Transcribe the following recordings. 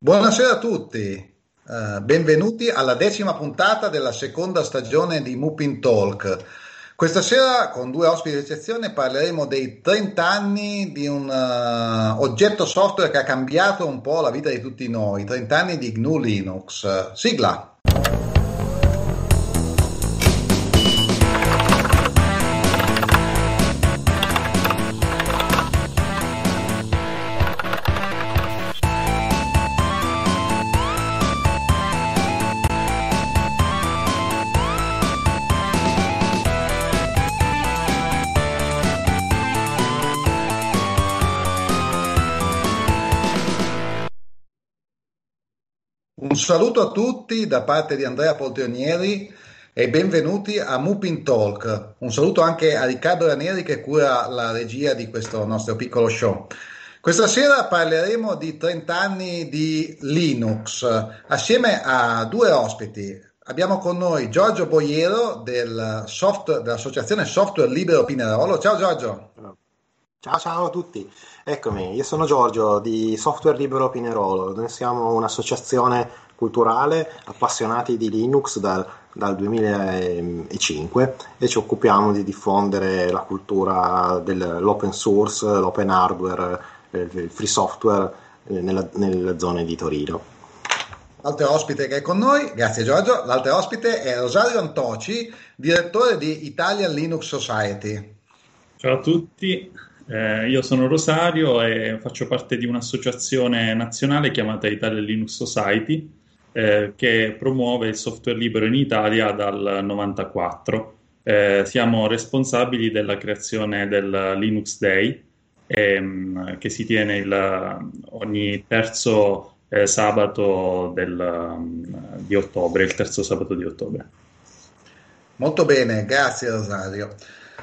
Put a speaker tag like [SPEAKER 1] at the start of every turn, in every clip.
[SPEAKER 1] Buonasera a tutti, benvenuti alla 10ª puntata della seconda stagione di Mupin Talk. Questa sera con due ospiti di eccezione parleremo dei 30 anni di un oggetto software che ha cambiato un po' la vita di tutti noi, 30 anni di GNU Linux. Sigla! Un saluto a tutti da parte di Andrea Poltronieri e benvenuti a Mupin Talk. Un saluto anche a Riccardo Ranieri che cura la regia di questo nostro piccolo show. Questa sera parleremo di 30 anni di Linux assieme a due ospiti. Abbiamo con noi Giorgio Boiero dell'associazione Software Libero Pinerolo. Ciao Giorgio.
[SPEAKER 2] Ciao a tutti, eccomi, io sono Giorgio di Software Libero Pinerolo. Noi siamo un'associazione culturale appassionati di Linux dal 2005 e ci occupiamo di diffondere la cultura dell'open source, l'open hardware, il free software nelle zone di Torino.
[SPEAKER 1] L'altro ospite che è con noi, grazie Giorgio, l'altro ospite è Rosario Antoci, direttore di Italian Linux Society.
[SPEAKER 3] Ciao a tutti. Io sono Rosario e faccio parte di un'associazione nazionale chiamata Italian Linux Society che promuove il software libero in Italia dal 94. Siamo responsabili della creazione del Linux Day che si tiene ogni terzo sabato di ottobre, il terzo sabato di ottobre.
[SPEAKER 1] Molto bene, grazie Rosario.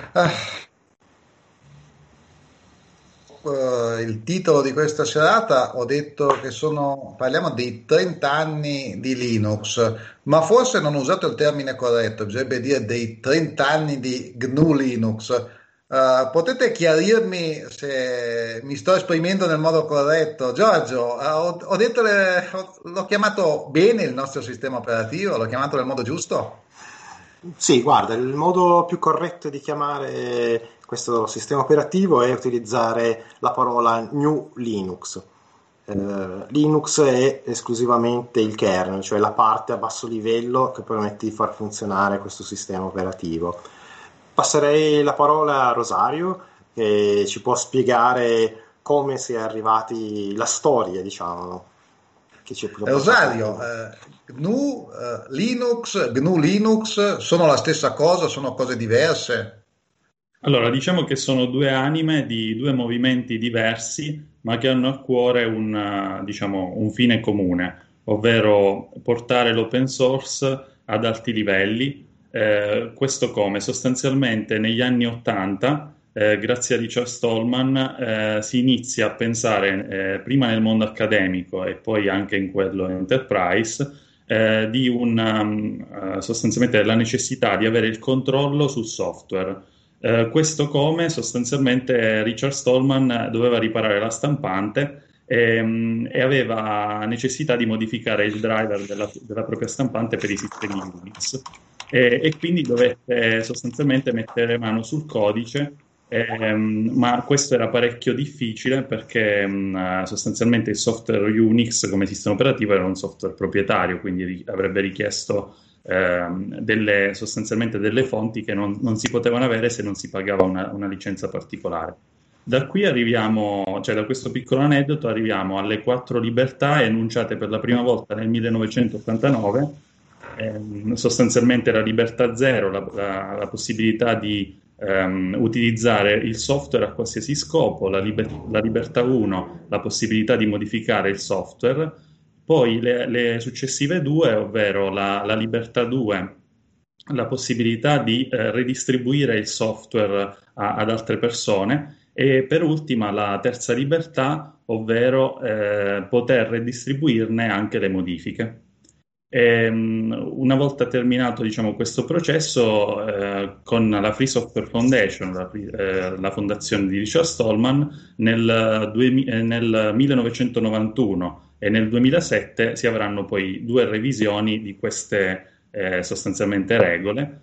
[SPEAKER 1] Il titolo di questa serata ho detto che parliamo di 30 anni di Linux, ma forse non ho usato il termine corretto, bisognerebbe dire dei 30 anni di GNU Linux. Potete chiarirmi se mi sto esprimendo nel modo corretto? Giorgio, l'ho chiamato bene il nostro sistema operativo? L'ho chiamato nel modo giusto?
[SPEAKER 2] Sì, guarda, il modo più corretto di chiamare questo sistema operativo è utilizzare la parola New Linux. Linux è esclusivamente il kernel, cioè la parte a basso livello che permette di far funzionare questo sistema operativo. Passerei la parola a Rosario, che ci può spiegare come si è arrivati, la storia, diciamo.
[SPEAKER 1] Rosario, GNU Linux sono la stessa cosa, sono cose diverse?
[SPEAKER 3] Allora, diciamo che sono due anime di due movimenti diversi, ma che hanno a cuore un fine comune, ovvero portare l'open source ad alti livelli. Questo come? Sostanzialmente negli anni '80, grazie a Richard Stallman, si inizia a pensare, prima nel mondo accademico e poi anche in quello enterprise, sostanzialmente della necessità di avere il controllo sul software. Questo come? Sostanzialmente Richard Stallman doveva riparare la stampante e aveva necessità di modificare il driver della propria stampante per i sistemi Unix e quindi dovette sostanzialmente mettere mano sul codice, ma questo era parecchio difficile perché sostanzialmente il software Unix come sistema operativo era un software proprietario, quindi avrebbe richiesto sostanzialmente delle fonti che non si potevano avere se non si pagava una licenza particolare. Da qui arriviamo, cioè da questo piccolo aneddoto arriviamo alle 4 libertà enunciate per la prima volta nel 1989, sostanzialmente la libertà 0, la possibilità di utilizzare il software a qualsiasi scopo, la libertà 1, la possibilità di modificare il software. Poi le successive due, ovvero la libertà 2, la possibilità di redistribuire il software ad altre persone, e per ultima la terza libertà, ovvero poter redistribuirne anche le modifiche. Una volta terminato, diciamo, questo processo, con la Free Software Foundation, la fondazione di Richard Stallman, nel 1991 e nel 2007 si avranno poi 2 revisioni di queste sostanzialmente regole.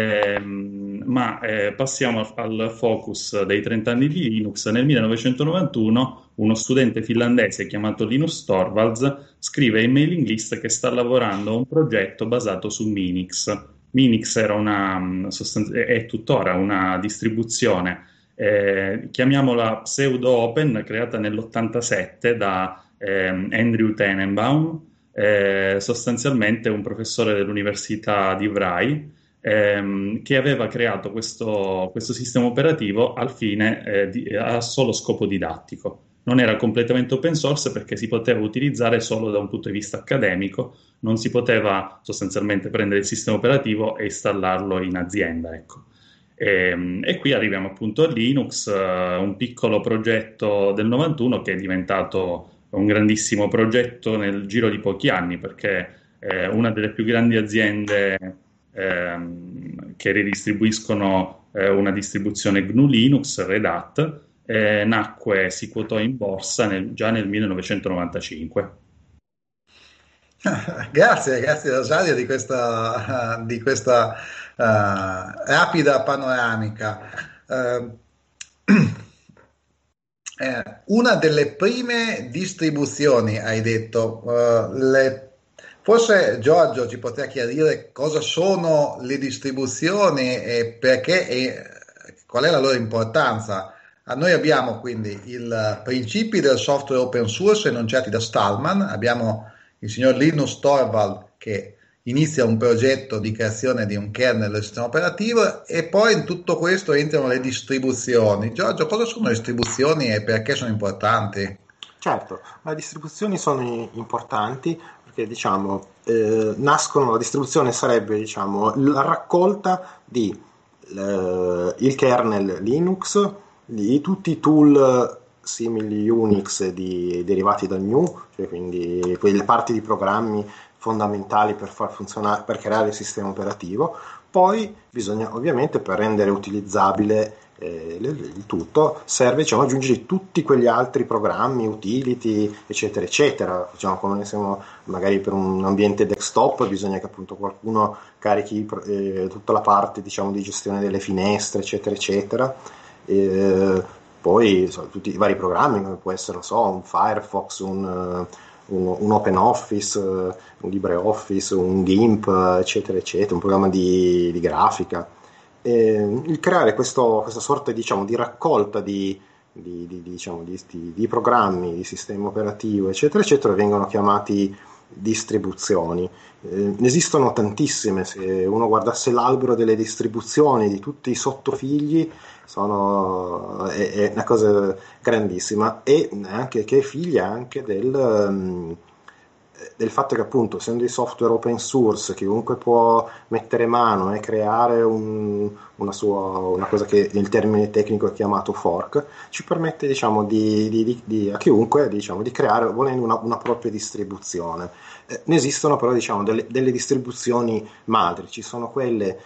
[SPEAKER 3] Passiamo al focus dei 30 anni di Linux. Nel 1991 uno studente finlandese chiamato Linus Torvalds scrive in mailing list che sta lavorando a un progetto basato su Minix. Minix era è tuttora una distribuzione, chiamiamola pseudo open, creata nell'87 da Andrew Tenenbaum, sostanzialmente un professore dell'Università di Vrai, che aveva creato questo sistema operativo al fine a solo scopo didattico. Non era completamente open source perché si poteva utilizzare solo da un punto di vista accademico, non si poteva sostanzialmente prendere il sistema operativo e installarlo in azienda, ecco. E qui arriviamo appunto a Linux, un piccolo progetto del 91 che è diventato un grandissimo progetto nel giro di pochi anni, perché una delle più grandi aziende che ridistribuiscono una distribuzione GNU Linux, Red Hat, si quotò in borsa già nel 1995.
[SPEAKER 1] Grazie Rosario di questa rapida panoramica. Una delle prime distribuzioni, hai detto, forse Giorgio ci potrà chiarire cosa sono le distribuzioni e perché e qual è la loro importanza. Noi abbiamo quindi i principi del software open source enunciati da Stallman, abbiamo il signor Linus Torvald che inizia un progetto di creazione di un kernel del sistema operativo e poi in tutto questo entrano le distribuzioni. Giorgio, cosa sono le distribuzioni e perché sono importanti?
[SPEAKER 2] Certo, le distribuzioni sono importanti perché nascono, la distribuzione sarebbe la raccolta di il kernel Linux, di tutti i tool simili Unix derivati dal GNU, cioè quindi quelle parti di programmi fondamentali per far funzionare, per creare il sistema operativo. Poi bisogna ovviamente, per rendere utilizzabile il tutto, serve aggiungere tutti quegli altri programmi, utility, eccetera eccetera. Come siamo magari per un ambiente desktop, bisogna che appunto qualcuno carichi tutta la parte di gestione delle finestre, eccetera eccetera. Poi tutti i vari programmi, come può essere un Firefox, un OpenOffice, un LibreOffice, un GIMP, eccetera eccetera, un programma di grafica. Il creare questa sorta di raccolta di programmi, di sistema operativo, eccetera eccetera, vengono chiamati distribuzioni. Ne esistono tantissime. Se uno guardasse l'albero delle distribuzioni di tutti i sottofigli, è una cosa grandissima, e anche che è figlia anche del fatto che appunto, essendo di software open source, chiunque può mettere mano e creare una cosa che nel termine tecnico è chiamato fork, ci permette a chiunque di creare, volendo, una propria distribuzione. Ne esistono però delle distribuzioni madri. Ci sono quelle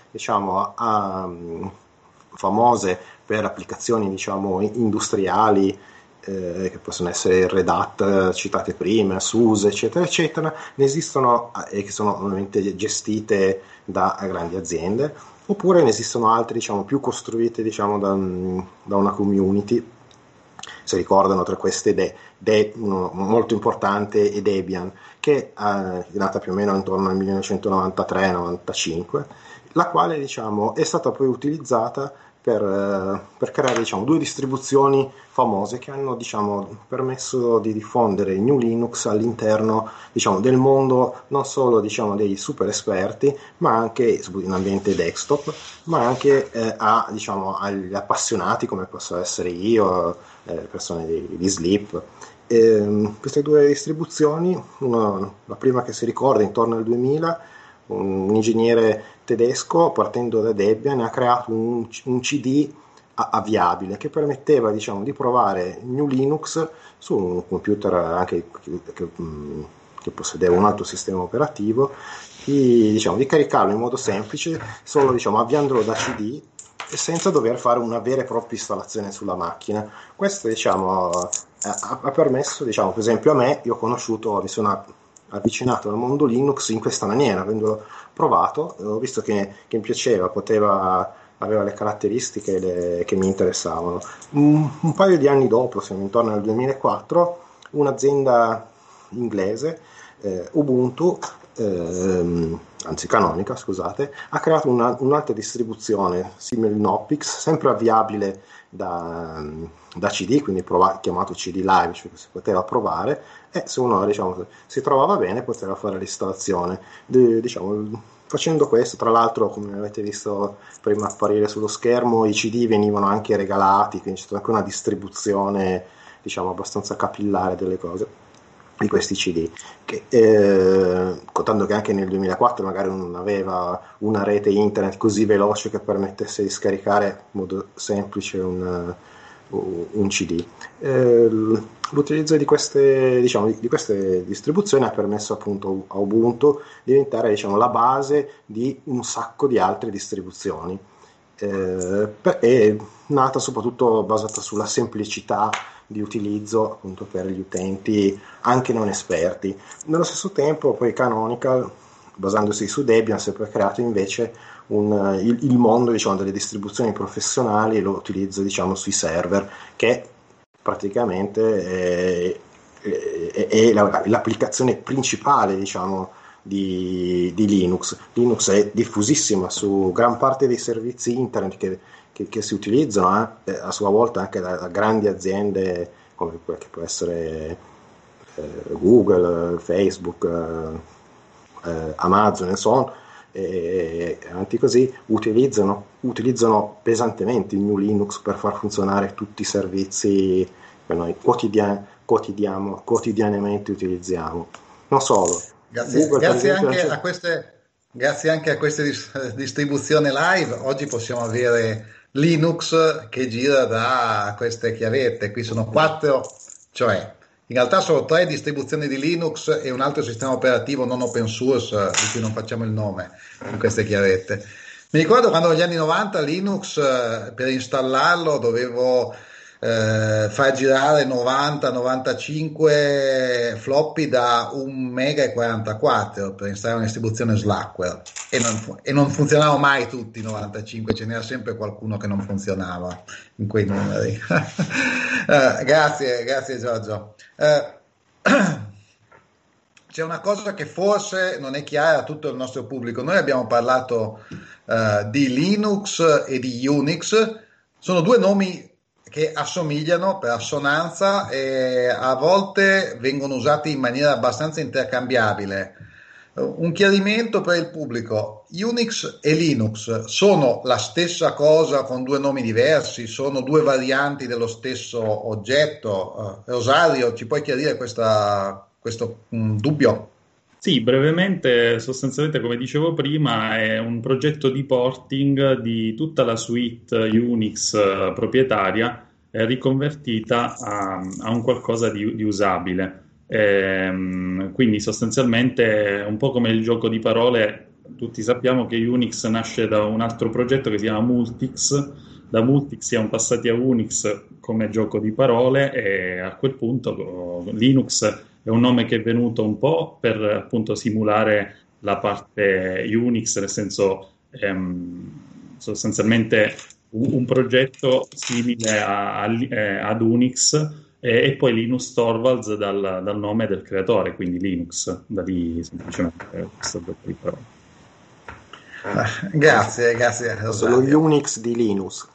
[SPEAKER 2] famose per applicazioni industriali, che possono essere Red Hat citate prima, SUSE, eccetera eccetera. Ne esistono che sono ovviamente gestite da grandi aziende, oppure ne esistono altre più costruite da una community. Si ricordano tra queste molto importante è Debian, che è nata più o meno intorno al 1993-95, la quale è stata poi utilizzata per creare 2 distribuzioni famose che hanno permesso di diffondere il GNU Linux all'interno del mondo, non solo dei super esperti, ma anche in ambiente desktop, ma anche agli appassionati come posso essere io, persone di Sleep. Queste 2 distribuzioni, la prima che si ricorda intorno al 2000, un ingegnere tedesco, partendo da Debian, ha creato un CD avviabile che permetteva di provare GNU Linux su un computer anche che possedeva un altro sistema operativo, di caricarlo in modo semplice, solo avviandolo da CD senza dover fare una vera e propria installazione sulla macchina. Questo, diciamo, ha permesso, diciamo, per esempio a me, mi sono avvicinato al mondo Linux in questa maniera, avendolo provato, ho visto che mi piaceva, aveva le caratteristiche che mi interessavano. Un paio di anni dopo, siamo intorno al 2004, un'azienda inglese, Ubuntu, anzi Canonical, scusate, ha creato un'altra distribuzione simile al Knoppix, sempre avviabile da CD, quindi chiamato CD Live, cioè si poteva provare, e se uno, diciamo, si trovava bene poteva fare l'installazione. Diciamo, facendo questo, tra l'altro, come avete visto prima apparire sullo schermo, i CD venivano anche regalati, quindi c'è stata anche una distribuzione, diciamo, abbastanza capillare delle cose, di questi CD, contando che anche nel 2004 magari non aveva una rete internet così veloce che permettesse di scaricare in modo semplice un CD. L'utilizzo di queste, diciamo, di queste distribuzioni ha permesso appunto a Ubuntu di diventare, diciamo, la base di un sacco di altre distribuzioni. È nata soprattutto basata sulla semplicità di utilizzo appunto per gli utenti anche non esperti. Nello stesso tempo poi Canonical, basandosi su Debian, ha sempre creato invece il mondo, diciamo, delle distribuzioni professionali e lo utilizzo, diciamo, sui server, che praticamente è l'applicazione principale, diciamo, di Linux. Linux è diffusissima su gran parte dei servizi internet che si utilizzano a sua volta anche da grandi aziende come che può essere Google, Facebook, Amazon e so on, e avanti così, utilizzano pesantemente il GNU Linux per far funzionare tutti i servizi che noi quotidianamente utilizziamo. Non solo.
[SPEAKER 1] Grazie anche a queste distribuzioni live, oggi possiamo avere Linux che gira da queste chiavette. Qui sono 4, cioè in realtà sono 3 distribuzioni di Linux e un altro sistema operativo non open source di cui non facciamo il nome in queste chiavette. Mi ricordo quando negli anni 90 Linux, per installarlo dovevo far girare 90-95 floppy da 1,44 MB per installare una distribuzione Slackware e non funzionavano mai tutti i 95, ce n'era sempre qualcuno che non funzionava in quei numeri. Grazie Giorgio. C'è una cosa che forse non è chiara a tutto il nostro pubblico. Noi abbiamo parlato di Linux e di Unix, sono 2 nomi che assomigliano per assonanza e a volte vengono usati in maniera abbastanza intercambiabile. Un chiarimento per il pubblico: Unix e Linux sono la stessa cosa con 2 nomi diversi? Sono 2 varianti dello stesso oggetto? Rosario, ci puoi chiarire questo dubbio?
[SPEAKER 3] Sì, brevemente, sostanzialmente, come dicevo prima, è un progetto di porting di tutta la suite Unix proprietaria, riconvertita a un qualcosa di usabile. Quindi sostanzialmente un po' come il gioco di parole, tutti sappiamo che Unix nasce da un altro progetto che si chiama Multics. Da Multics siamo passati a Unix come gioco di parole e a quel punto Linux è un nome che è venuto un po' per appunto simulare la parte Unix, nel senso sostanzialmente un progetto simile ad Unix, e poi Linus Torvalds dal nome del creatore, quindi Linux, da lì semplicemente questo gioco di parole.
[SPEAKER 1] Grazie.
[SPEAKER 2] Lo Unix di Linus.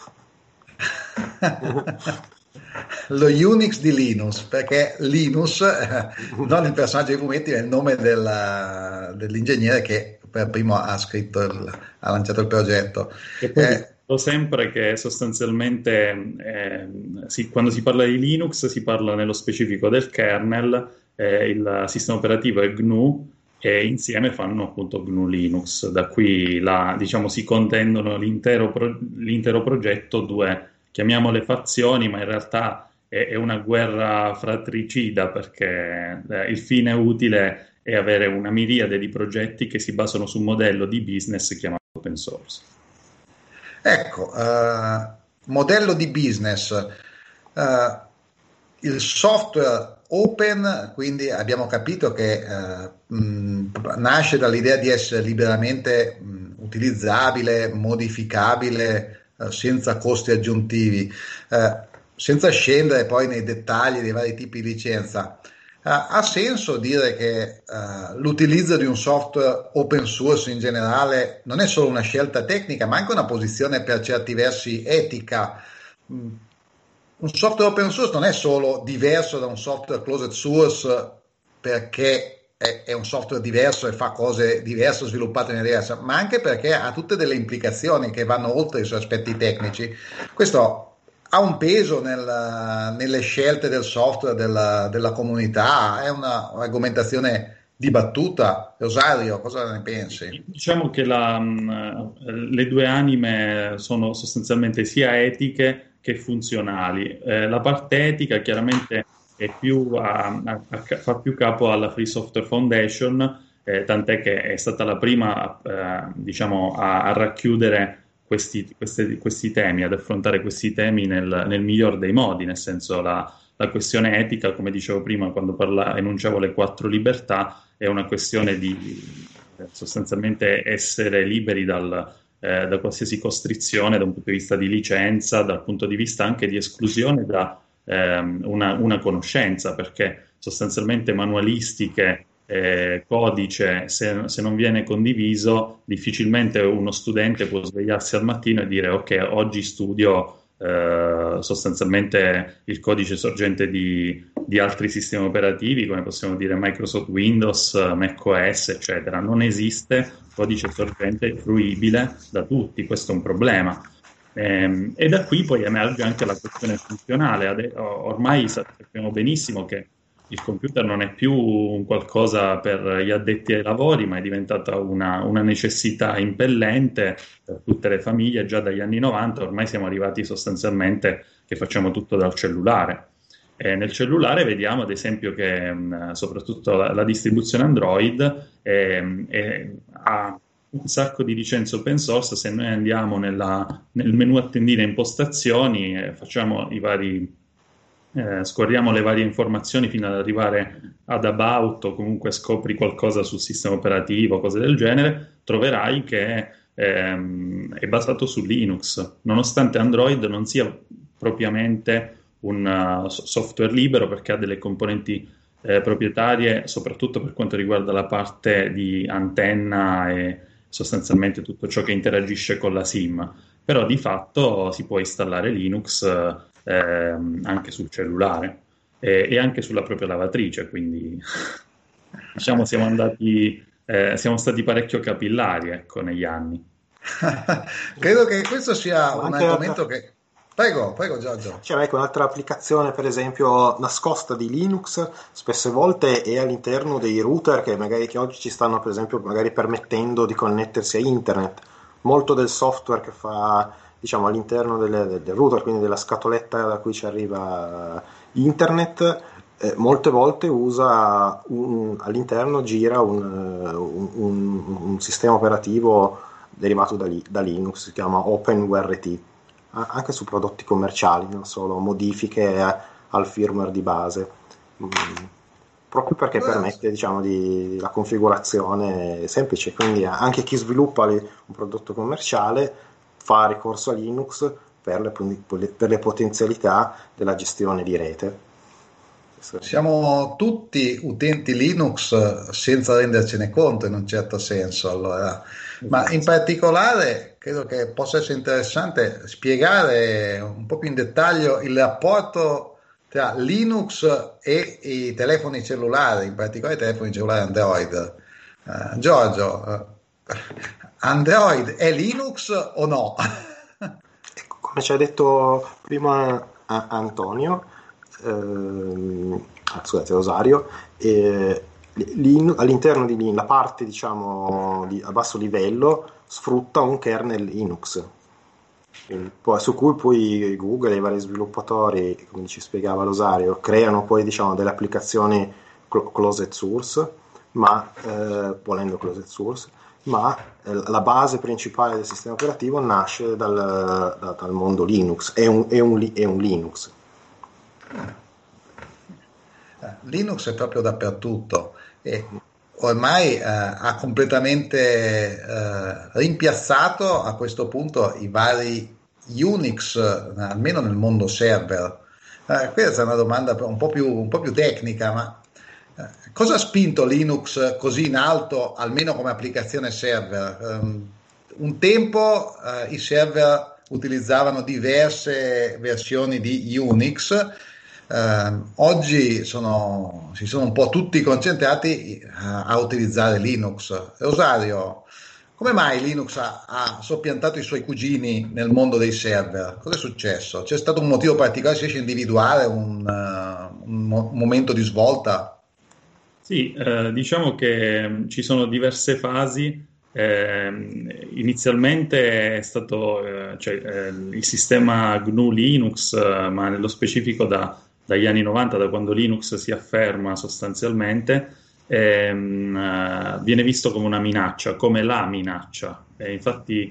[SPEAKER 1] Lo Unix di Linus, perché Linus, non il personaggio dei fumetti, è il nome dell'ingegnere che per primo ha lanciato il progetto.
[SPEAKER 3] E poi dico sempre che sostanzialmente quando si parla di Linux si parla nello specifico del kernel, il sistema operativo è GNU e insieme fanno appunto GNU Linux. Da qui diciamo, si contendono l'intero progetto, 2, chiamiamole fazioni, ma in realtà è una guerra fratricida, perché il fine utile è avere una miriade di progetti che si basano su un modello di business chiamato open source.
[SPEAKER 1] Ecco, modello di business. Il software open, quindi abbiamo capito che nasce dall'idea di essere liberamente utilizzabile, modificabile, senza costi aggiuntivi, senza scendere poi nei dettagli dei vari tipi di licenza. Ha senso dire che l'utilizzo di un software open source in generale non è solo una scelta tecnica, ma anche una posizione per certi versi etica. Mm, Un software open source non è solo diverso da un software closed source perché è un software diverso e fa cose diverse, sviluppate in maniera diversa, ma anche perché ha tutte delle implicazioni che vanno oltre i suoi aspetti tecnici. Questo ha un peso nelle scelte del software della comunità, è un'argomentazione dibattuta. Rosario, cosa ne pensi?
[SPEAKER 3] Diciamo che le due anime sono sostanzialmente sia etiche che funzionali. La parte etica chiaramente è fa più capo alla Free Software Foundation, tant'è che è stata la prima, diciamo, a racchiudere questi temi, ad affrontare questi temi nel miglior dei modi, nel senso la questione etica, come dicevo prima, quando enunciavo le quattro libertà, è una questione di sostanzialmente essere liberi da qualsiasi costrizione da un punto di vista di licenza, dal punto di vista anche di esclusione da una conoscenza, perché sostanzialmente manualistiche, codice, se non viene condiviso, difficilmente uno studente può svegliarsi al mattino e dire ok, oggi studio sostanzialmente il codice sorgente di altri sistemi operativi, come possiamo dire Microsoft Windows, macOS, eccetera. Non esiste codice sorgente fruibile da tutti, questo è un problema. E da qui poi emerge anche la questione funzionale. Ormai sappiamo benissimo che il computer non è più un qualcosa per gli addetti ai lavori, ma è diventata una necessità impellente per tutte le famiglie già dagli anni 90. Ormai siamo arrivati sostanzialmente che facciamo tutto dal cellulare. Nel cellulare vediamo ad esempio che soprattutto la distribuzione Android ha un sacco di licenze open source. Se noi andiamo nel menu a tendina impostazioni, facciamo scorriamo le varie informazioni fino ad arrivare ad About o comunque scopri qualcosa sul sistema operativo, cose del genere, troverai che è basato su Linux, nonostante Android non sia propriamente un software libero perché ha delle componenti proprietarie, soprattutto per quanto riguarda la parte di antenna e sostanzialmente tutto ciò che interagisce con la SIM. Però di fatto si può installare Linux anche sul cellulare e anche sulla propria lavatrice, quindi diciamo siamo stati parecchio capillari, ecco, negli anni.
[SPEAKER 1] Credo che questo sia un
[SPEAKER 2] Anche
[SPEAKER 1] argomento che... Prego, prego Giorgio.
[SPEAKER 2] c'era anche un'altra applicazione, per esempio, nascosta di Linux, spesse volte è all'interno dei router che oggi ci stanno, per esempio, magari permettendo di connettersi a internet. Molto del software che fa, diciamo, all'interno del router, quindi della scatoletta da cui ci arriva internet, molte volte all'interno gira un sistema operativo derivato da Linux, si chiama OpenWRT, anche su prodotti commerciali, non solo modifiche al firmware di base. Mm, Proprio perché permette, diciamo, la configurazione semplice, quindi anche chi sviluppa un prodotto commerciale fa ricorso a Linux per le potenzialità della gestione di rete.
[SPEAKER 1] Siamo tutti utenti Linux senza rendercene conto in un certo senso, allora. Ma in particolare credo che possa essere interessante spiegare un po' più in dettaglio il rapporto tra Linux e i telefoni cellulari, in particolare i telefoni cellulari Android. Giorgio, Android è Linux o no?
[SPEAKER 2] Ecco, come ci ha detto prima Antonio, scusate, Rosario, all'interno di la parte, diciamo, a basso livello sfrutta un kernel Linux, su cui poi Google e i vari sviluppatori, come ci spiegava Rosario, creano poi, diciamo, delle applicazioni closed source, ma volendo closed source, ma la base principale del sistema operativo nasce dal mondo Linux, è un Linux.
[SPEAKER 1] Linux è proprio dappertutto e ormai ha completamente rimpiazzato a questo punto i vari Unix, almeno nel mondo server. Questa è una domanda un po' più tecnica, ma cosa ha spinto Linux così in alto, almeno come applicazione server? Un tempo i server utilizzavano diverse versioni di Unix. Oggi si sono un po' tutti concentrati a utilizzare Linux. Rosario, come mai Linux ha soppiantato i suoi cugini nel mondo dei server? Cosa è successo? C'è stato un motivo particolare? Si riesce a individuare un momento di svolta?
[SPEAKER 3] Sì, diciamo che ci sono diverse fasi. Inizialmente è stato il sistema GNU Linux, ma nello specifico dagli anni 90, da quando Linux si afferma sostanzialmente, viene visto come una minaccia, come la minaccia. Infatti,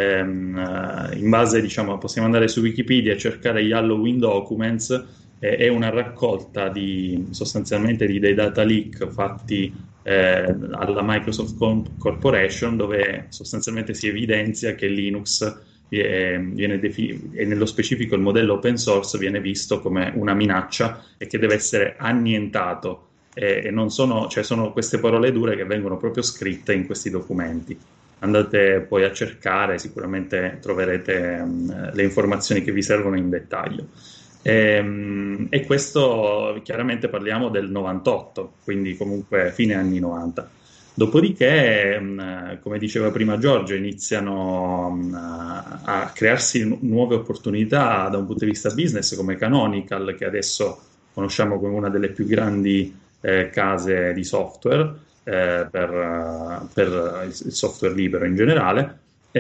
[SPEAKER 3] in base, diciamo, possiamo andare su Wikipedia e cercare gli Halloween Documents, è una raccolta sostanzialmente dei data leak fatti alla Microsoft Corporation, dove sostanzialmente si evidenzia che Linux e nello specifico il modello open source viene visto come una minaccia e che deve essere annientato, e non sono queste parole dure che vengono proprio scritte in questi documenti. Andate poi a cercare, sicuramente troverete le informazioni che vi servono in dettaglio. E questo chiaramente parliamo del 98, quindi comunque fine anni 90. Dopodiché, come diceva prima Giorgio, iniziano a crearsi nuove opportunità da un punto di vista business, come Canonical, che adesso conosciamo come una delle più grandi case di software per il software libero in generale.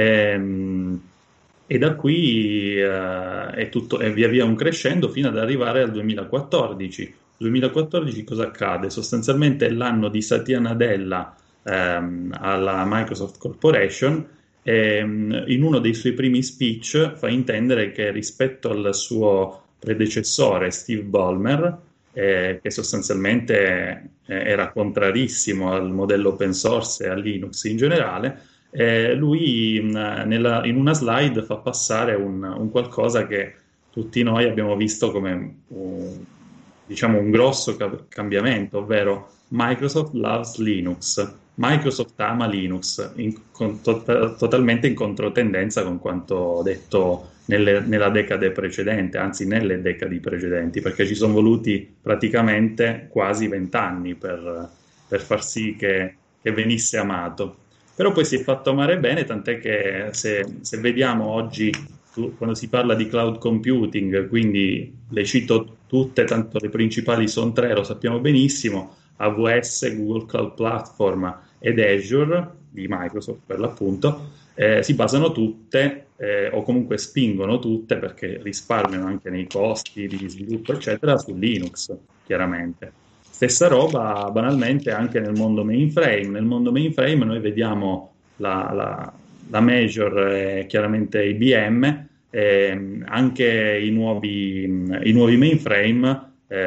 [SPEAKER 3] E da qui è tutto, è via via un crescendo fino ad arrivare al 2014. 2014 cosa accade? Sostanzialmente è l'anno di Satya Nadella alla Microsoft Corporation, e in uno dei suoi primi speech fa intendere che rispetto al suo predecessore Steve Ballmer, che sostanzialmente era contrarissimo al modello open source e a Linux in generale, lui in una slide fa passare un qualcosa che tutti noi abbiamo visto come diciamo un grosso cambiamento, ovvero Microsoft loves Linux. Microsoft ama Linux, totalmente in controtendenza con quanto detto nella decade precedente, anzi nelle decadi precedenti, perché ci sono voluti praticamente quasi 20 anni per far sì che venisse amato. Però poi si è fatto amare bene, tant'è che se vediamo oggi, quando si parla di cloud computing, quindi le cito tutte, tanto le principali sono tre, lo sappiamo benissimo: AWS, Google Cloud Platform ed Azure di Microsoft per l'appunto, si basano tutte o comunque spingono tutte, perché risparmiano anche nei costi di sviluppo eccetera, su Linux chiaramente. Stessa roba banalmente anche nel mondo mainframe. Nel mondo mainframe noi vediamo la major, chiaramente IBM, anche i nuovi mainframe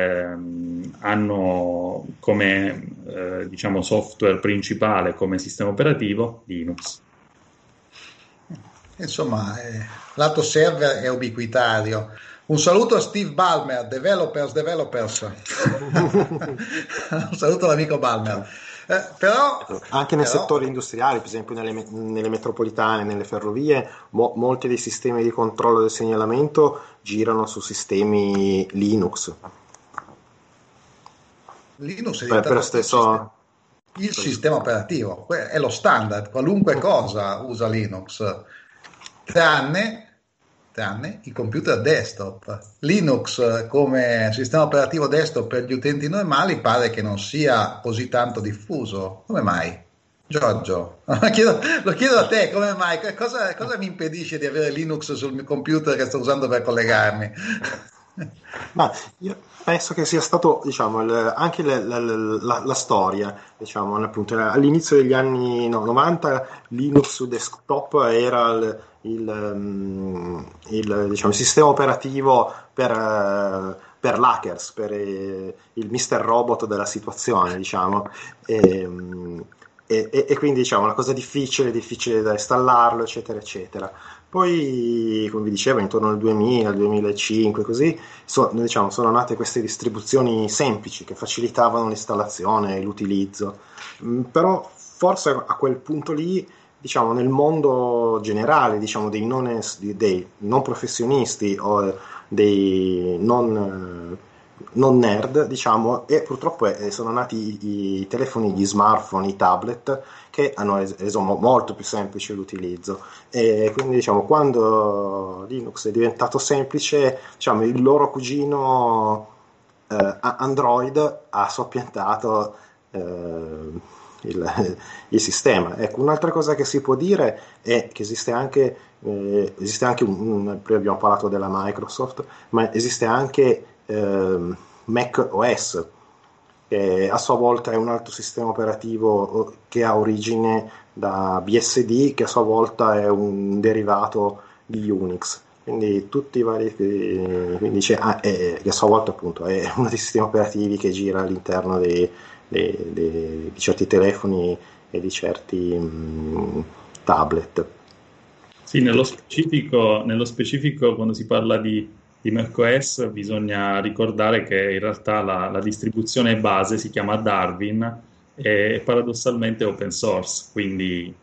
[SPEAKER 3] hanno come diciamo software principale, come sistema operativo, Linux.
[SPEAKER 1] Insomma, lato server è ubiquitario. Un saluto a Steve Ballmer, developers. Un saluto all'amico Ballmer. Però
[SPEAKER 2] anche nel settore industriale, per esempio nelle metropolitane, nelle ferrovie, molti dei sistemi di controllo del segnalamento girano su sistemi Linux.
[SPEAKER 1] Linux è diventato il sistema operativo, è lo standard, qualunque cosa usa Linux, tranne i computer desktop. Linux come sistema operativo desktop per gli utenti normali pare che non sia così tanto diffuso. Come mai? Giorgio, lo chiedo a te, come mai? Cosa mi impedisce di avere Linux sul mio computer che sto usando per collegarmi?
[SPEAKER 2] Ma io penso che sia stato, diciamo, anche la storia, diciamo, appunto, all'inizio degli anni 90 Linux su desktop era diciamo, il sistema operativo per l'hackers, per il Mr. Robot della situazione, diciamo. E, e quindi diciamo una cosa difficile, difficile da installarlo, eccetera, eccetera. Poi, come vi dicevo, intorno al 2000, al 2005, così, diciamo, sono nate queste distribuzioni semplici che facilitavano l'installazione e l'utilizzo. Però forse a quel punto lì, diciamo, nel mondo generale, diciamo, dei non professionisti o dei non nerd, diciamo, e purtroppo sono nati i telefoni, gli smartphone, i tablet, che hanno reso molto più semplice l'utilizzo. E quindi, diciamo, quando Linux è diventato semplice, diciamo, il loro cugino Android ha soppiantato il sistema. Ecco, un'altra cosa che si può dire è che esiste anche prima abbiamo parlato della Microsoft, ma esiste anche Mac OS, che a sua volta è un altro sistema operativo che ha origine da BSD, che a sua volta è un derivato di Unix. Quindi tutti i vari, quindi che a sua volta appunto è uno dei sistemi operativi che gira all'interno di certi telefoni e di certi tablet.
[SPEAKER 3] Sì, nello specifico quando si parla di macOS bisogna ricordare che in realtà la distribuzione base si chiama Darwin e paradossalmente è open source, quindi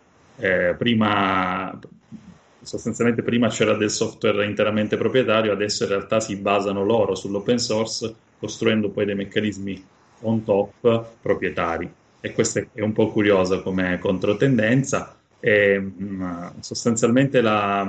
[SPEAKER 3] sostanzialmente prima c'era del software interamente proprietario, adesso in realtà si basano loro sull'open source, costruendo poi dei meccanismi on top proprietari. E questo è un po' curioso come controtendenza. Sostanzialmente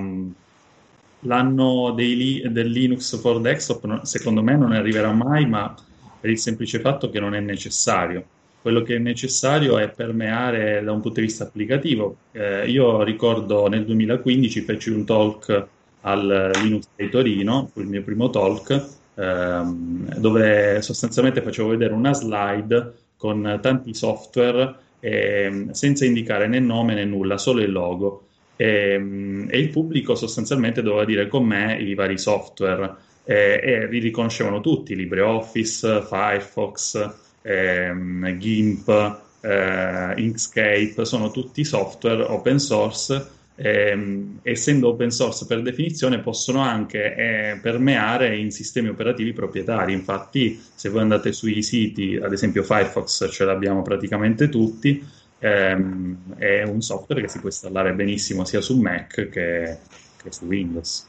[SPEAKER 3] l'anno del Linux for Desktop secondo me non arriverà mai, ma per il semplice fatto che non è necessario. Quello che è necessario è permeare da un punto di vista applicativo. Io ricordo nel 2015 feci un talk al Linux di Torino, fu il mio primo talk, dove sostanzialmente facevo vedere una slide con tanti software senza indicare né nome né nulla, solo il logo. E il pubblico sostanzialmente doveva dire con me i vari software e li riconoscevano tutti, LibreOffice, Firefox, GIMP, Inkscape, sono tutti software open source. Essendo open source per definizione possono anche permeare in sistemi operativi proprietari. Infatti se voi andate sui siti, ad esempio Firefox ce l'abbiamo praticamente tutti, è un software che si può installare benissimo sia su Mac che su Windows.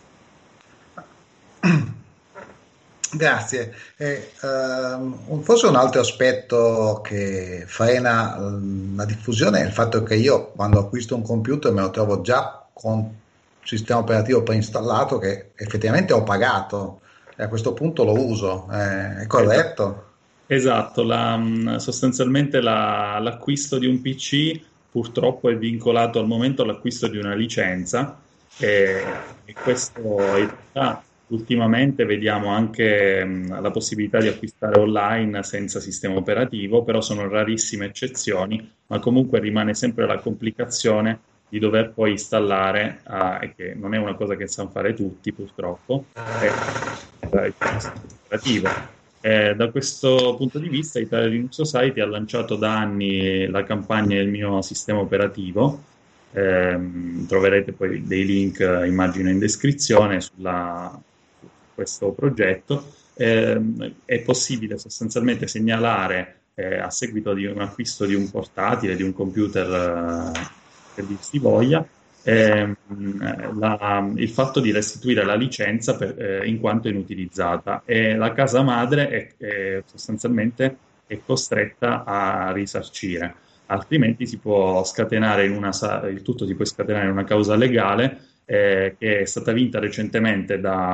[SPEAKER 1] Grazie. Forse un altro aspetto che frena la diffusione è il fatto che io quando acquisto un computer me lo trovo già con un sistema operativo preinstallato che effettivamente ho pagato e a questo punto lo uso. È corretto?
[SPEAKER 3] Esatto, sostanzialmente l'acquisto di un PC purtroppo è vincolato al momento all'acquisto di una licenza e questo in realtà ultimamente vediamo anche la possibilità di acquistare online senza sistema operativo, però sono rarissime eccezioni, ma comunque rimane sempre la complicazione di dover poi installare, e che non è una cosa che sanno fare tutti purtroppo, il sistema operativo. Da questo punto di vista, Italia Linux Society ha lanciato da anni la campagna del mio sistema operativo. Troverete poi dei link, immagino, in descrizione su questo progetto. È possibile sostanzialmente segnalare a seguito di un acquisto di un portatile, di un computer che dir si voglia, il fatto di restituire la licenza in quanto inutilizzata e la casa madre sostanzialmente è costretta a risarcire, altrimenti si può scatenare il tutto si può scatenare in una causa legale che è stata vinta recentemente da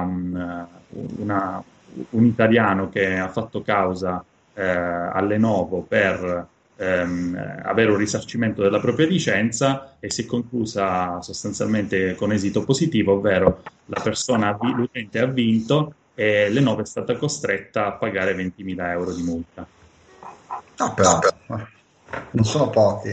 [SPEAKER 3] un italiano che ha fatto causa a Lenovo per avere un risarcimento della propria licenza e si è conclusa sostanzialmente con esito positivo, ovvero l'utente ha vinto e Lenovo è stata costretta a pagare 20.000 euro di multa.
[SPEAKER 1] No, però non sono pochi.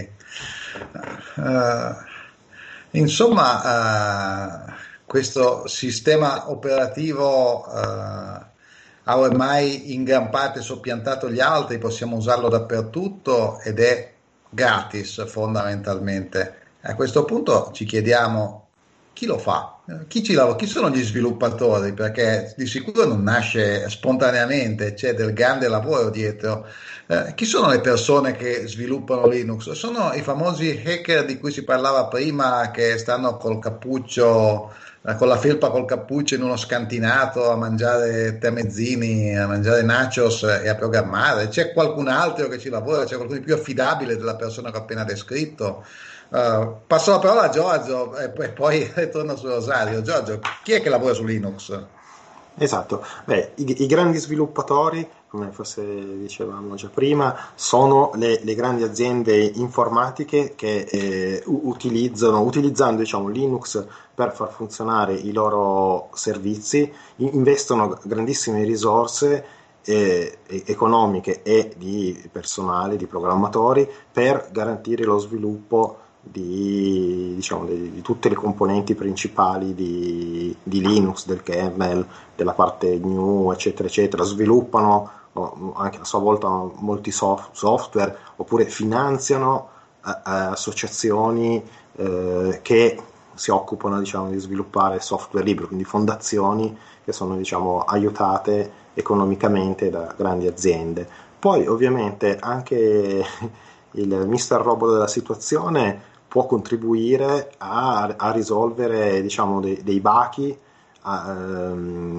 [SPEAKER 1] Questo sistema operativo ha ormai in gran parte soppiantato gli altri, possiamo usarlo dappertutto ed è gratis fondamentalmente. A questo punto ci chiediamo chi lo fa. Chi ci lavora? Chi sono gli sviluppatori? Perché di sicuro non nasce spontaneamente, c'è del grande lavoro dietro. Chi sono le persone che sviluppano Linux? Sono i famosi hacker di cui si parlava prima, che stanno col cappuccio, con la felpa col cappuccio in uno scantinato a mangiare temezzini, a mangiare nachos e a programmare. C'è qualcun altro che ci lavora? C'è qualcuno di più affidabile della persona che ho appena descritto? Passo la parola a Giorgio e poi ritorno su Rosario. Giorgio, chi è che lavora su Linux?
[SPEAKER 2] Esatto, beh, i grandi sviluppatori, come forse dicevamo già prima, sono le grandi aziende informatiche che utilizzando diciamo, Linux per far funzionare i loro servizi, investono grandissime risorse economiche e di personale, di programmatori, per garantire lo sviluppo diciamo, di tutte le componenti principali di Linux, del kernel, della parte GNU, eccetera, eccetera. Sviluppano anche a sua volta molti software, oppure finanziano associazioni che si occupano, diciamo, di sviluppare software libero, quindi fondazioni che sono, diciamo, aiutate economicamente da grandi aziende. Poi ovviamente anche il Mr. Robot della situazione può contribuire a risolvere, diciamo, dei bachi, a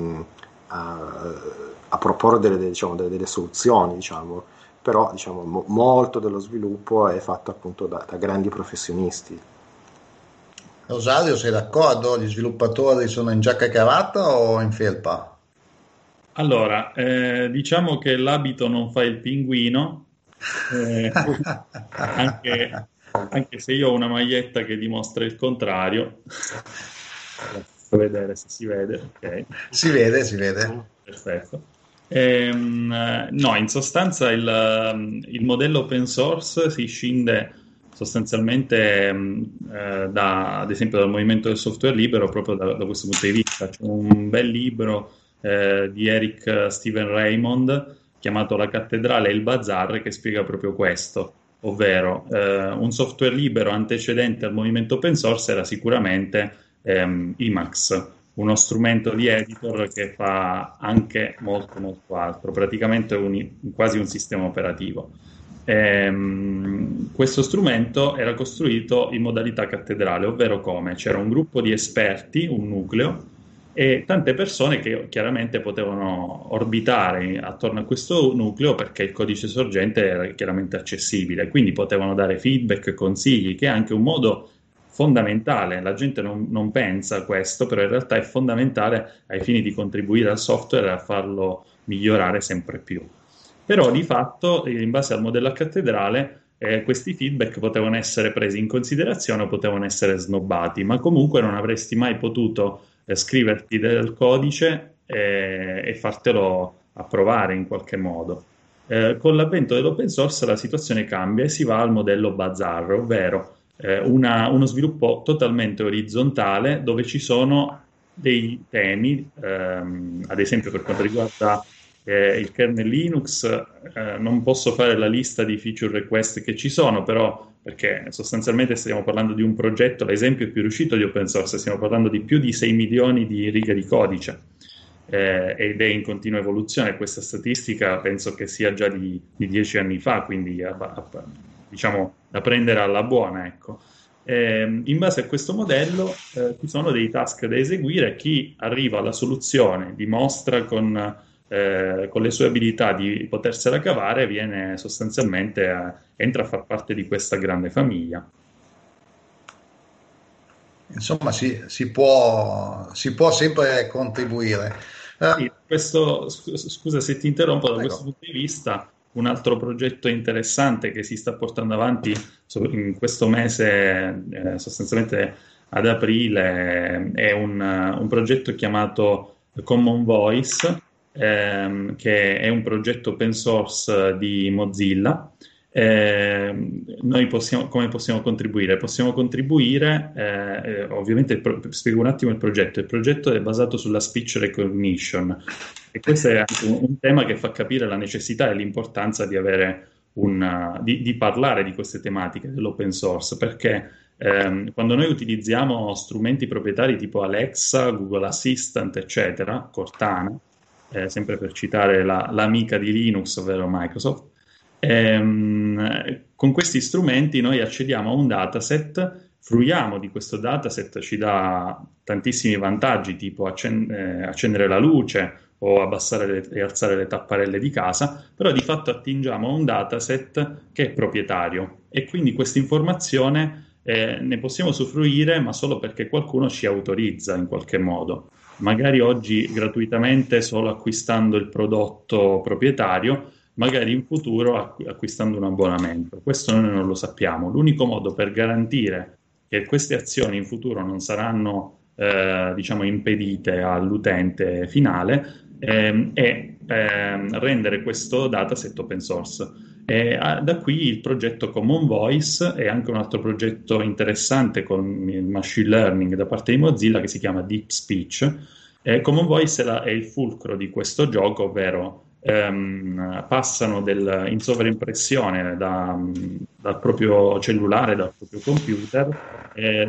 [SPEAKER 2] proporre delle soluzioni, diciamo. Però, diciamo, molto dello sviluppo è fatto appunto da grandi professionisti.
[SPEAKER 1] Rosario, sei d'accordo? Gli sviluppatori sono in giacca e cravatta o in felpa?
[SPEAKER 3] Allora, diciamo che l'abito non fa il pinguino, eh, anche, anche se io ho una maglietta che dimostra il contrario. Faccio vedere se si vede, ok.
[SPEAKER 1] Si vede, si vede.
[SPEAKER 3] Perfetto. No, in sostanza il modello open source si scinde sostanzialmente ad esempio dal movimento del software libero proprio da questo punto di vista. C'è un bel libro di Eric Steven Raymond chiamato La cattedrale e il bazar che spiega proprio questo, ovvero un software libero antecedente al movimento open source era sicuramente Emacs, uno strumento di editor che fa anche molto molto altro, praticamente quasi un sistema operativo. Questo strumento era costruito in modalità cattedrale, ovvero come? C'era un gruppo di esperti, un nucleo, e tante persone che chiaramente potevano orbitare attorno a questo nucleo perché il codice sorgente era chiaramente accessibile, quindi potevano dare feedback, consigli, che è anche un modo fondamentale. La gente non pensa a questo, però in realtà è fondamentale ai fini di contribuire al software e a farlo migliorare sempre più. Però di fatto, in base al modello a cattedrale, questi feedback potevano essere presi in considerazione o potevano essere snobbati, ma comunque non avresti mai potuto scriverti del codice e fartelo approvare in qualche modo. Con l'avvento dell'open source la situazione cambia e si va al modello Bazar, ovvero uno sviluppo totalmente orizzontale dove ci sono dei temi, ad esempio per quanto riguarda il kernel Linux, non posso fare la lista di feature request che ci sono, però perché sostanzialmente stiamo parlando di un progetto, l'esempio più riuscito di open source, stiamo parlando di più di 6 milioni di righe di codice ed è in continua evoluzione. Questa statistica penso che sia già di 10 anni fa, quindi diciamo da prendere alla buona, ecco. In base a questo modello ci sono dei task da eseguire. Chi arriva alla soluzione dimostra con le sue abilità di potersela cavare, viene sostanzialmente entra a far parte di questa grande famiglia.
[SPEAKER 1] Insomma, si può sempre contribuire.
[SPEAKER 3] Sì, scusa se ti interrompo, da questo
[SPEAKER 1] Prego.
[SPEAKER 3] punto di vista, un altro progetto interessante che si sta portando avanti in questo mese, sostanzialmente ad aprile, è un progetto chiamato Common Voice, che è un progetto open source di Mozilla. Noi come possiamo contribuire? Possiamo contribuire, ovviamente, spiego un attimo il progetto. Il progetto è basato sulla speech recognition e questo è anche un tema che fa capire la necessità e l'importanza di avere di parlare di queste tematiche dell'open source, perché quando noi utilizziamo strumenti proprietari tipo Alexa, Google Assistant, eccetera, Cortana, sempre per citare l'amica di Linux, ovvero Microsoft, con questi strumenti noi accediamo a un dataset, fruiamo di questo dataset, ci dà tantissimi vantaggi, tipo accendere la luce o abbassare e alzare le tapparelle di casa, però di fatto attingiamo a un dataset che è proprietario e quindi questa informazione ne possiamo usufruire, ma solo perché qualcuno ci autorizza in qualche modo. Magari oggi gratuitamente solo acquistando il prodotto proprietario, magari in futuro acquistando un abbonamento. Questo noi non lo sappiamo. L'unico modo per garantire che queste azioni in futuro non saranno diciamo impedite all'utente finale è rendere questo dataset open source. Da qui il progetto Common Voice e anche un altro progetto interessante con il machine learning da parte di Mozilla che si chiama Deep Speech. Common Voice è il fulcro di questo gioco, ovvero passano in sovraimpressione dal proprio cellulare, dal proprio computer,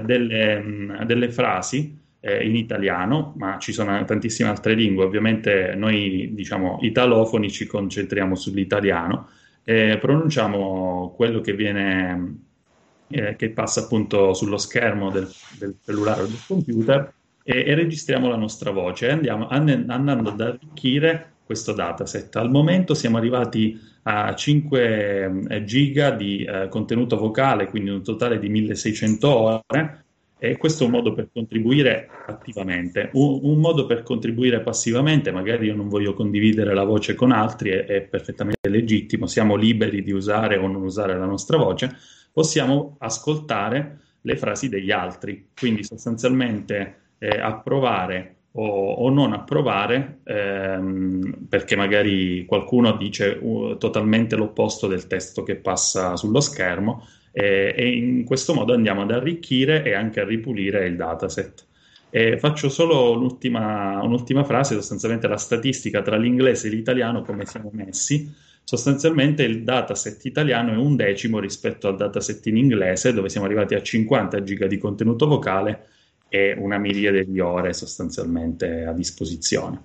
[SPEAKER 3] delle frasi in italiano, ma ci sono tantissime altre lingue. Ovviamente noi, diciamo, italofoni ci concentriamo sull'italiano. Pronunciamo quello che viene, che passa appunto sullo schermo del cellulare o del computer e registriamo la nostra voce e andando ad arricchire questo dataset. Al momento siamo arrivati a 5 giga di contenuto vocale, quindi un totale di 1600 ore. E questo è un modo per contribuire attivamente. Un modo per contribuire passivamente, magari io non voglio condividere la voce con altri, è perfettamente legittimo, siamo liberi di usare o non usare la nostra voce, possiamo ascoltare le frasi degli altri, quindi sostanzialmente approvare o non approvare, perché magari qualcuno dice totalmente l'opposto del testo che passa sullo schermo. E in questo modo andiamo ad arricchire e anche a ripulire il dataset. Faccio solo un'ultima frase, sostanzialmente la statistica tra l'inglese e l'italiano, come siamo messi. Sostanzialmente il dataset italiano è 1/10 rispetto al dataset in inglese, dove siamo arrivati a 50 giga di contenuto vocale e una miriade di ore sostanzialmente a disposizione.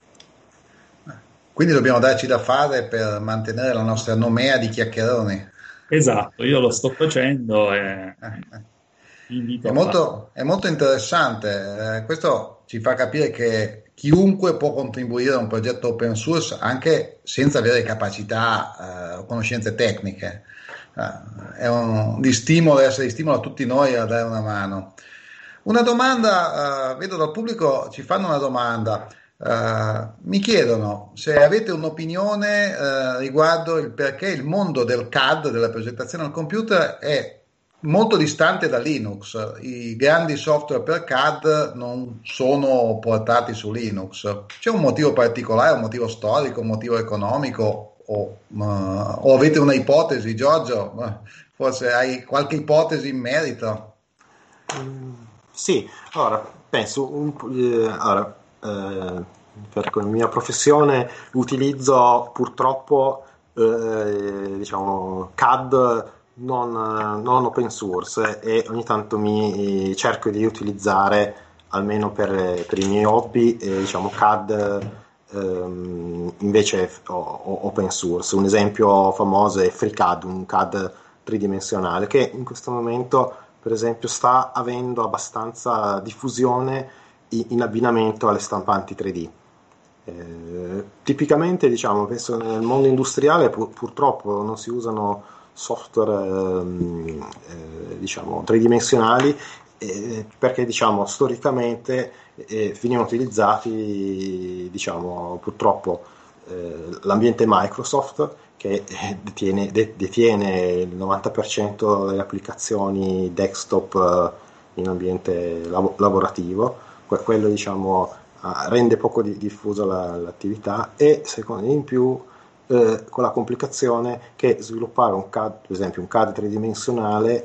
[SPEAKER 1] Quindi dobbiamo darci da fare per mantenere la nostra nomea di chiacchieroni.
[SPEAKER 3] Esatto, io lo sto facendo e vi invito a farlo.
[SPEAKER 1] È molto interessante. Questo ci fa capire che chiunque può contribuire a un progetto open source anche senza avere capacità o conoscenze tecniche. È di stimolo, essere di stimolo a tutti noi a dare una mano. Una domanda, vedo dal pubblico, ci fanno una domanda. Mi chiedono se avete un'opinione riguardo il perché il mondo del CAD, della progettazione al computer, è molto distante da Linux. I grandi software per CAD non sono portati su Linux. C'è un motivo particolare, un motivo storico, un motivo economico? O avete una ipotesi, Giorgio? Forse hai qualche ipotesi in merito?
[SPEAKER 2] Sì, allora penso per la mia professione utilizzo purtroppo diciamo CAD non open source e ogni tanto mi cerco di utilizzare almeno per i miei hobby diciamo CAD invece open source. Un esempio famoso è FreeCAD, un CAD tridimensionale che in questo momento per esempio sta avendo abbastanza diffusione in abbinamento alle stampanti 3D. Tipicamente diciamo penso nel mondo industriale purtroppo non si usano software diciamo tridimensionali perché diciamo storicamente venivano utilizzati diciamo purtroppo l'ambiente Microsoft che detiene il 90% delle applicazioni desktop in ambiente lavorativo, quello diciamo rende poco diffusa l'attività, e secondo in più con la complicazione che sviluppare un CAD, per esempio un CAD tridimensionale,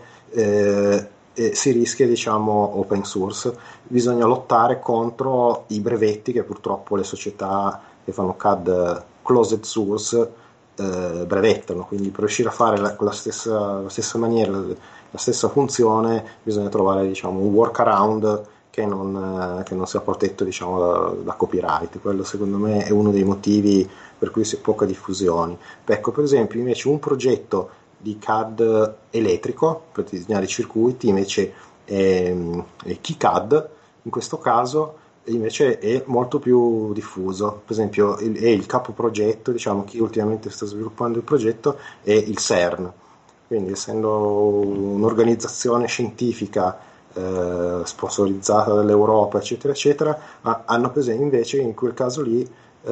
[SPEAKER 2] si rischia, diciamo, open source, bisogna lottare contro i brevetti che purtroppo le società che fanno CAD closed source brevettano, quindi per riuscire a fare con la stessa maniera, la stessa funzione, bisogna trovare, diciamo, un workaround che non sia protetto, diciamo, da copyright. Quello secondo me è uno dei motivi per cui c'è poca diffusione. Ecco, per esempio, invece un progetto di CAD elettrico per disegnare i circuiti invece è KiCad, in questo caso invece è molto più diffuso. Per esempio è il capo progetto, diciamo, chi ultimamente sta sviluppando il progetto è il CERN, quindi essendo un'organizzazione scientifica sponsorizzata dall'Europa, eccetera eccetera, hanno preso invece in quel caso lì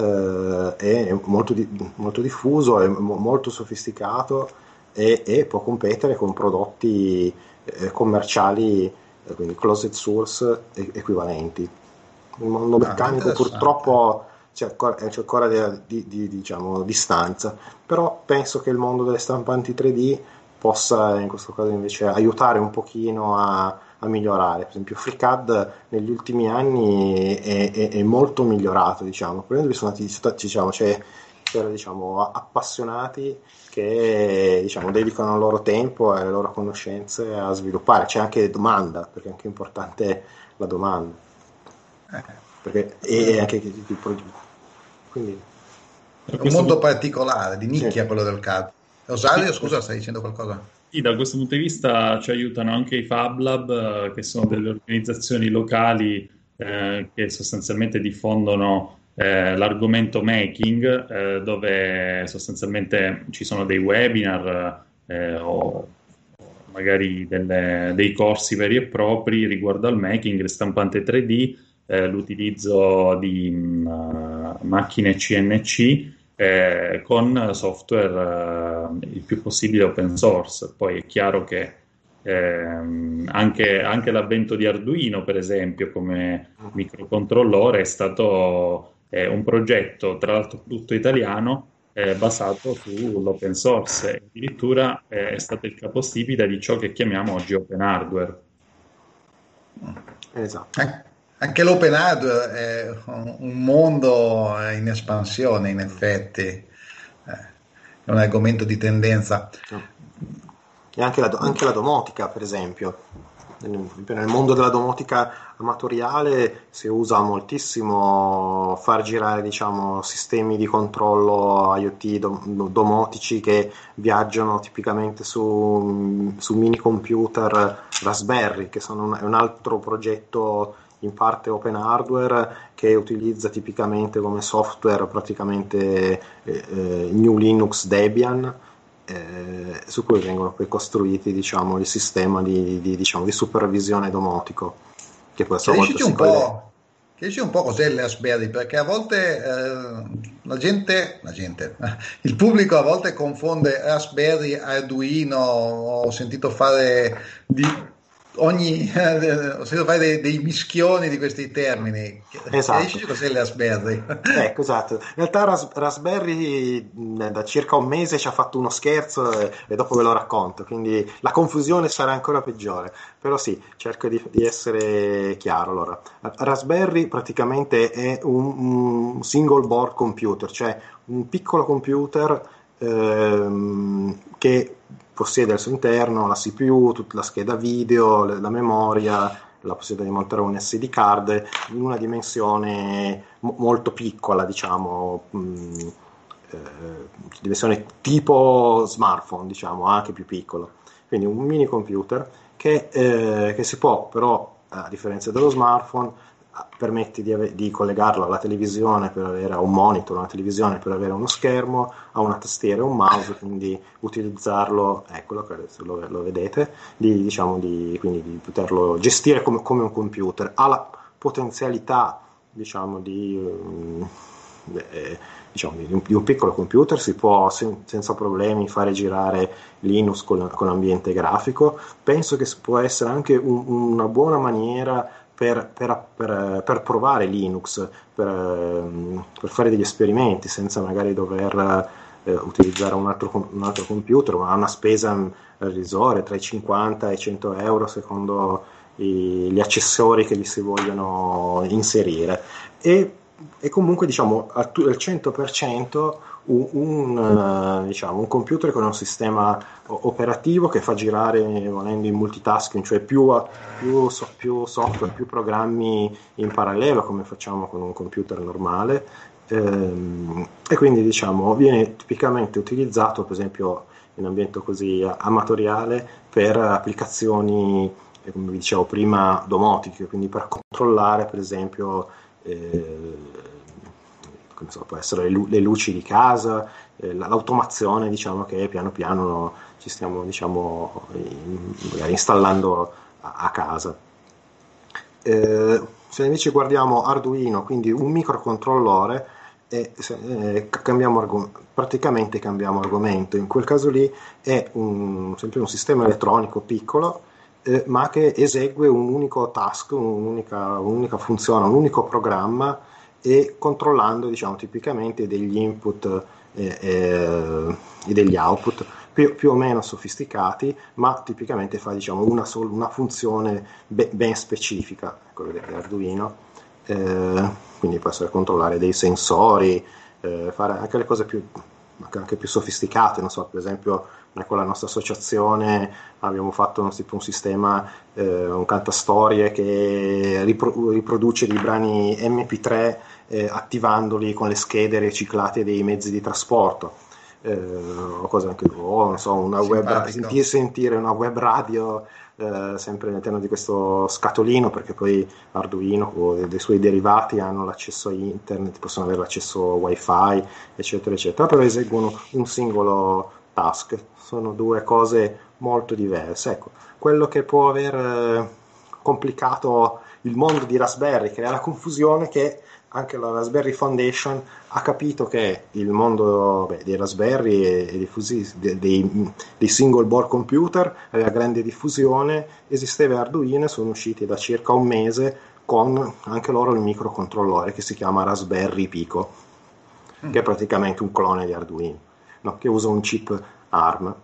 [SPEAKER 2] è molto diffuso, è molto sofisticato e può competere con prodotti commerciali, quindi closed source equivalenti. Il mondo meccanico purtroppo c'è ancora diciamo, distanza, però penso che il mondo delle stampanti 3D possa in questo caso invece aiutare un pochino a migliorare. Per esempio FreeCAD negli ultimi anni è molto migliorato, diciamo. Prima sono diciamo, c'erano, diciamo, appassionati che, diciamo, dedicano il loro tempo e le loro conoscenze a sviluppare. C'è anche domanda, perché è anche importante la domanda, perché è anche quindi
[SPEAKER 1] è un mondo particolare, di nicchia, quello del CAD. Rosario, scusa, stai dicendo qualcosa?
[SPEAKER 3] Sì, da questo punto di vista ci aiutano anche i Fab Lab, che sono delle organizzazioni locali che sostanzialmente diffondono l'argomento making, dove sostanzialmente ci sono dei webinar o magari dei corsi veri e propri riguardo al making, le stampante 3D, l'utilizzo di macchine CNC con software il più possibile open source. Poi è chiaro che anche l'avvento di Arduino, per esempio, come microcontrollore è stato un progetto, tra l'altro tutto italiano, basato sull'open source. Addirittura è stato il capostipite di ciò che chiamiamo oggi open hardware.
[SPEAKER 2] Esatto.
[SPEAKER 1] Anche l'open hardware è un mondo in espansione, in effetti, è un argomento di tendenza.
[SPEAKER 2] E anche la domotica, per esempio. Nel mondo della domotica amatoriale si usa moltissimo far girare, diciamo, sistemi di controllo IoT domotici che viaggiano tipicamente su mini computer Raspberry, che sono è un altro progetto in parte open hardware che utilizza tipicamente come software praticamente GNU Linux Debian, su cui vengono poi costruiti, diciamo, il sistema di supervisione domotico, che poi
[SPEAKER 1] chiedici un po' cos'è il Raspberry, perché a volte il pubblico a volte confonde Raspberry, Arduino. Ho sentito fare dei mischioni di questi termini.
[SPEAKER 2] Esatto.
[SPEAKER 1] Cos'è il Raspberry?
[SPEAKER 2] Ecco, esatto. In realtà Raspberry da circa un mese ci ha fatto uno scherzo e dopo ve lo racconto, quindi la confusione sarà ancora peggiore, però sì, cerco di essere chiaro. Allora, Raspberry praticamente è un single board computer, cioè un piccolo computer che possiede al suo interno la CPU, tutta la scheda video, la memoria, la possibilità di montare un SD card in una dimensione molto piccola, diciamo, dimensione tipo smartphone, diciamo, anche più piccolo. Quindi un mini computer che si può, però, a differenza dello smartphone, permette di collegarlo alla televisione per avere un monitor, una televisione per avere uno schermo, a una tastiera e un mouse, quindi utilizzarlo, eccolo che adesso lo vedete, quindi di poterlo gestire come un computer. Ha la potenzialità, diciamo, di un piccolo computer, si può senza problemi fare girare Linux con l'ambiente grafico. Penso che può essere anche una buona maniera per provare Linux, per fare degli esperimenti senza magari dover utilizzare un altro computer, ma a una spesa irrisoria tra i 50 e i 100 euro secondo gli accessori che gli si vogliono inserire. E comunque diciamo al 100% diciamo, un computer con un sistema operativo che fa girare volendo in multitasking, cioè più software, più programmi in parallelo come facciamo con un computer normale, e quindi diciamo viene tipicamente utilizzato per esempio in ambiente così amatoriale per applicazioni come vi dicevo prima domotiche, quindi per controllare per esempio come so, può essere le luci di casa, l'automazione diciamo che piano piano ci stiamo diciamo magari installando a casa. Se invece guardiamo Arduino, quindi un microcontrollore, praticamente cambiamo argomento. In quel caso lì è sempre un sistema elettronico piccolo, ma che esegue un unico task, un'unica funzione, un unico programma, e controllando diciamo tipicamente degli input e degli output più o meno sofisticati, ma tipicamente fa diciamo una funzione ben specifica. Ecco, vedete Arduino, quindi può essere controllare dei sensori, fare anche le cose anche più sofisticate, non so, per esempio noi con la nostra associazione abbiamo fatto un sistema, un cantastorie che riproduce dei brani MP3 attivandoli con le schede riciclate dei mezzi di trasporto, o cose anche non so, una sentire una web radio sempre all'interno di questo scatolino, perché poi Arduino o dei suoi derivati hanno l'accesso a internet, possono avere l'accesso wifi eccetera eccetera, però eseguono un singolo task. Sono due cose molto diverse. Ecco, quello che può aver complicato il mondo di Raspberry, che è la confusione che anche la Raspberry Foundation ha capito che il mondo dei Raspberry e dei single board computer aveva grande diffusione, esisteva Arduino e sono usciti da circa un mese con anche loro il microcontrollore che si chiama Raspberry Pico, che è praticamente un clone di Arduino, no? Che usa un chip ARM,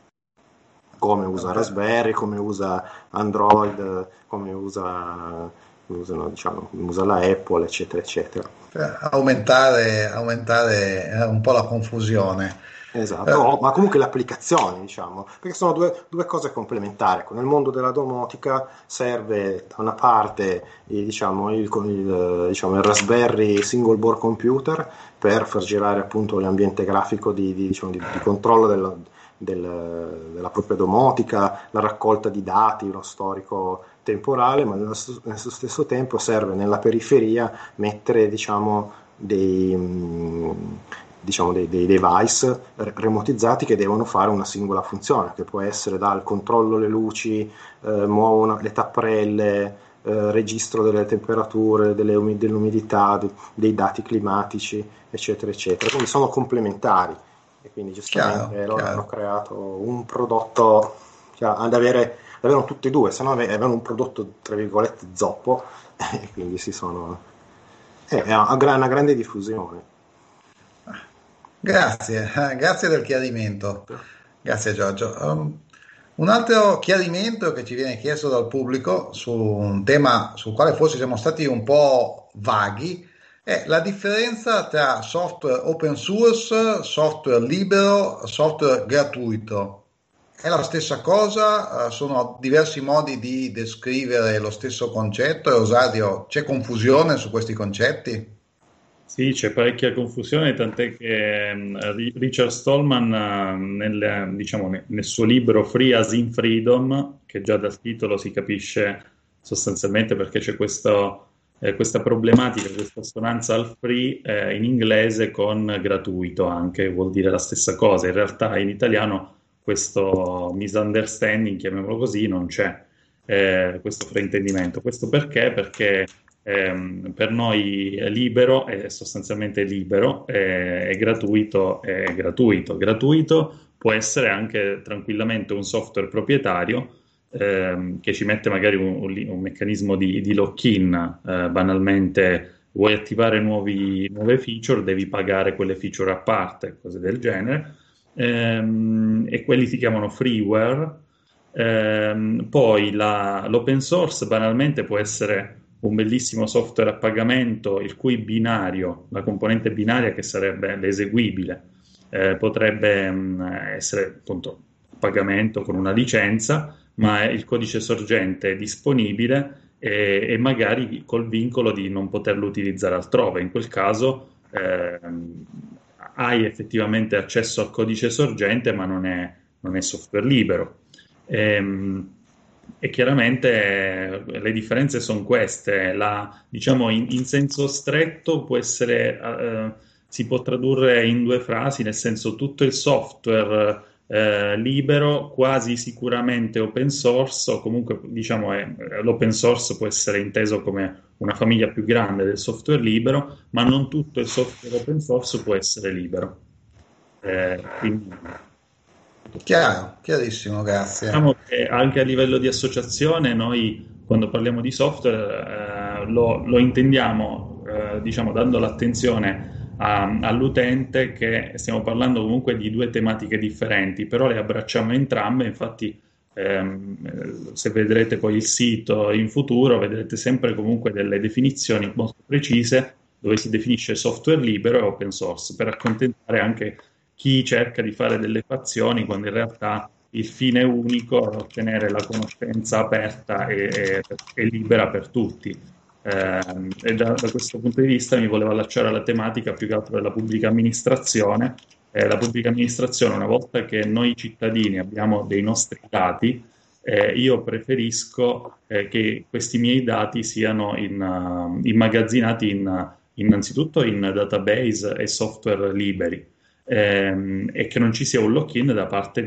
[SPEAKER 2] come usa Raspberry, come usa Android, come usa la Apple, eccetera eccetera,
[SPEAKER 1] per aumentare un po' la confusione.
[SPEAKER 2] esatto, ma comunque le applicazioni, diciamo, perché sono due cose complementari. Ecco, nel mondo della domotica serve da una parte diciamo, il Raspberry single board computer per far girare appunto l'ambiente grafico di controllo della propria domotica, la raccolta di dati, lo storico temporale, ma nello stesso tempo serve nella periferia mettere dei device remotizzati che devono fare una singola funzione, che può essere dal controllo le luci, muovo le tapparelle, registro delle temperature, dell'umidità, dei dati climatici, eccetera eccetera. Quindi sono complementari e quindi giustamente loro hanno creato un prodotto, cioè, avevano tutti e due, se no avevano un prodotto tra virgolette zoppo e quindi ha una grande diffusione.
[SPEAKER 1] Grazie del chiarimento. Grazie Giorgio. Un altro chiarimento che ci viene chiesto dal pubblico su un tema sul quale forse siamo stati un po' vaghi è la differenza tra software open source, software libero, software gratuito. È la stessa cosa? Sono diversi modi di descrivere lo stesso concetto? E Rosario, c'è confusione su questi concetti?
[SPEAKER 3] Sì, c'è parecchia confusione, tant'è che Richard Stallman nel suo libro Free as in Freedom, che già dal titolo si capisce sostanzialmente perché c'è questa problematica, questa assonanza al free in inglese con gratuito anche, vuol dire la stessa cosa. In realtà in italiano questo misunderstanding, chiamiamolo così, non c'è, questo fraintendimento. Questo perché? Perché per noi è libero, è sostanzialmente libero, è gratuito, è gratuito. Gratuito può essere anche tranquillamente un software proprietario che ci mette magari un meccanismo di lock-in, banalmente vuoi attivare nuove feature, devi pagare quelle feature a parte, cose del genere, e quelli si chiamano freeware. Poi l'open source banalmente può essere un bellissimo software a pagamento, il cui binario, la componente binaria che sarebbe l'eseguibile, potrebbe essere appunto a pagamento con una licenza, ma il codice sorgente è disponibile e magari col vincolo di non poterlo utilizzare altrove. In quel caso hai effettivamente accesso al codice sorgente, ma non è software libero. E chiaramente le differenze sono queste. Diciamo in senso stretto può essere, si può tradurre in due frasi, nel senso tutto il software libero, quasi sicuramente open source, o comunque diciamo l'open source può essere inteso come una famiglia più grande del software libero, ma non tutto il software open source può essere libero. Quindi
[SPEAKER 1] Chiaro, chiarissimo, grazie.
[SPEAKER 3] diciamo che anche a livello di associazione noi quando parliamo di software lo intendiamo diciamo dando l'attenzione all'utente, che stiamo parlando comunque di due tematiche differenti, però le abbracciamo entrambe. Infatti se vedrete poi il sito in futuro vedrete sempre comunque delle definizioni molto precise dove si definisce software libero e open source, per accontentare anche chi cerca di fare delle fazioni quando in realtà il fine unico è ottenere la conoscenza aperta e libera per tutti. E da questo punto di vista mi volevo allacciare alla tematica più che altro della pubblica amministrazione. La pubblica amministrazione, una volta che noi cittadini abbiamo dei nostri dati, io preferisco che questi miei dati siano immagazzinati innanzitutto in database e software liberi, e che non ci sia un lock-in da parte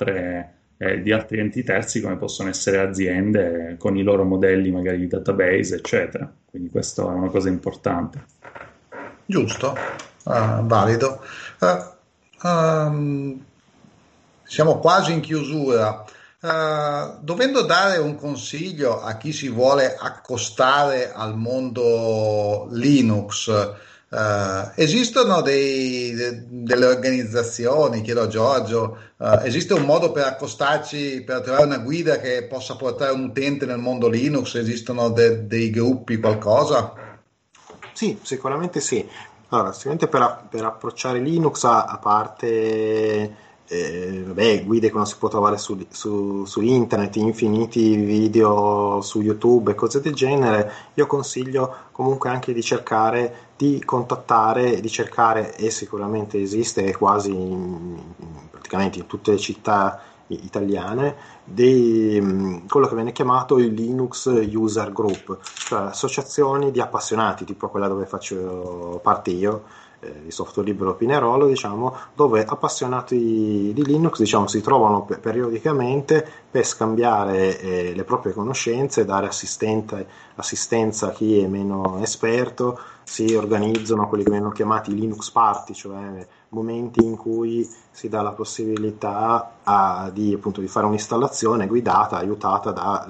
[SPEAKER 3] di altri enti terzi come possono essere aziende con i loro modelli magari di database, eccetera. Quindi questo è una cosa importante.
[SPEAKER 1] Giusto, valido. Eh, ehm, Siamo quasi in chiusura. Dovendo dare un consiglio a chi si vuole accostare al mondo Linux, esistono delle organizzazioni, chiedo a Giorgio, esiste un modo per accostarci, per trovare una guida che possa portare un utente nel mondo Linux? Esistono dei gruppi, qualcosa?
[SPEAKER 2] Sì, sicuramente sì. Allora, sicuramente per approcciare Linux, a parte vabbè, guide che non si può trovare su internet, infiniti video su YouTube e cose del genere, io consiglio comunque anche di cercare di contattare, di cercare, e sicuramente esiste quasi praticamente in tutte le città italiane, quello che viene chiamato il Linux User Group, cioè associazioni di appassionati, tipo quella dove faccio parte io, di software libero Pinerolo, diciamo, dove appassionati di Linux, diciamo, si trovano periodicamente per scambiare le proprie conoscenze, dare assistenza a chi è meno esperto. Si organizzano quelli che vengono chiamati Linux Party, cioè momenti in cui si dà la possibilità appunto, di fare un'installazione guidata, aiutata da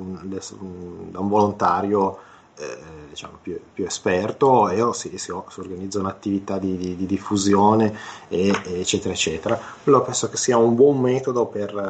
[SPEAKER 2] un volontario diciamo più esperto, e si organizzano attività di diffusione eccetera eccetera. Quello penso che sia un buon metodo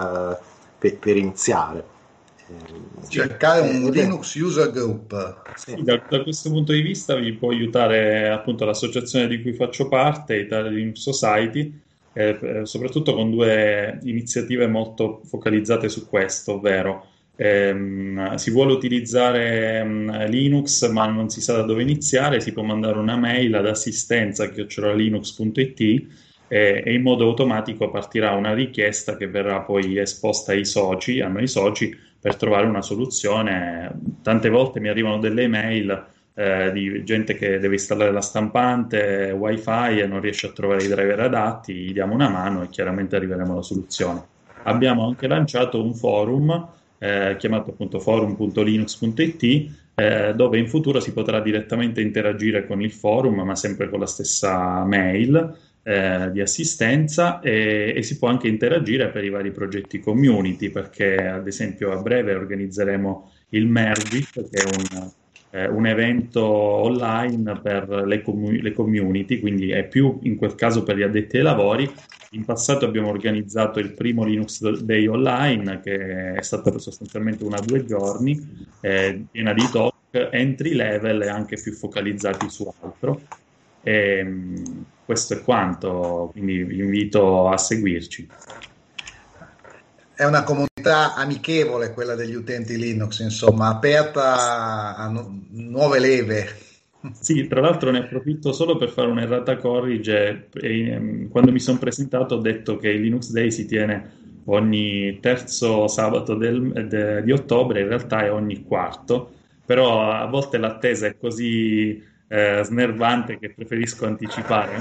[SPEAKER 2] per iniziare.
[SPEAKER 1] Cercare un Linux User Group.
[SPEAKER 3] Sì, da questo punto di vista vi può aiutare appunto l'associazione di cui faccio parte, Italia Linux Society, soprattutto con due iniziative molto focalizzate su questo, ovvero si vuole utilizzare Linux ma non si sa da dove iniziare, si può mandare una mail ad assistenza@linux.it e in modo automatico partirà una richiesta che verrà poi esposta a noi soci per trovare una soluzione. Tante volte mi arrivano delle email di gente che deve installare la stampante, wifi e non riesce a trovare i driver adatti, gli diamo una mano e chiaramente arriveremo alla soluzione. Abbiamo anche lanciato un forum chiamato appunto forum.linux.it, dove in futuro si potrà direttamente interagire con il forum, ma sempre con la stessa mail, di assistenza e si può anche interagire per i vari progetti community, perché ad esempio a breve organizzeremo il Mergit, che è un evento online per le community, quindi è più in quel caso per gli addetti ai lavori. In passato abbiamo organizzato il primo Linux Day online, che è stato sostanzialmente 1 o 2 giorni, piena di talk, entry level e anche più focalizzati su altro. Questo è quanto, quindi vi invito a seguirci.
[SPEAKER 1] È una comunità amichevole quella degli utenti Linux, insomma, aperta a nuove leve.
[SPEAKER 3] Sì, tra l'altro ne approfitto solo per fare un'errata corrige. Quando mi sono presentato ho detto che il Linux Day si tiene ogni terzo sabato di ottobre, in realtà è ogni quarto, però a volte l'attesa è così snervante che preferisco anticipare.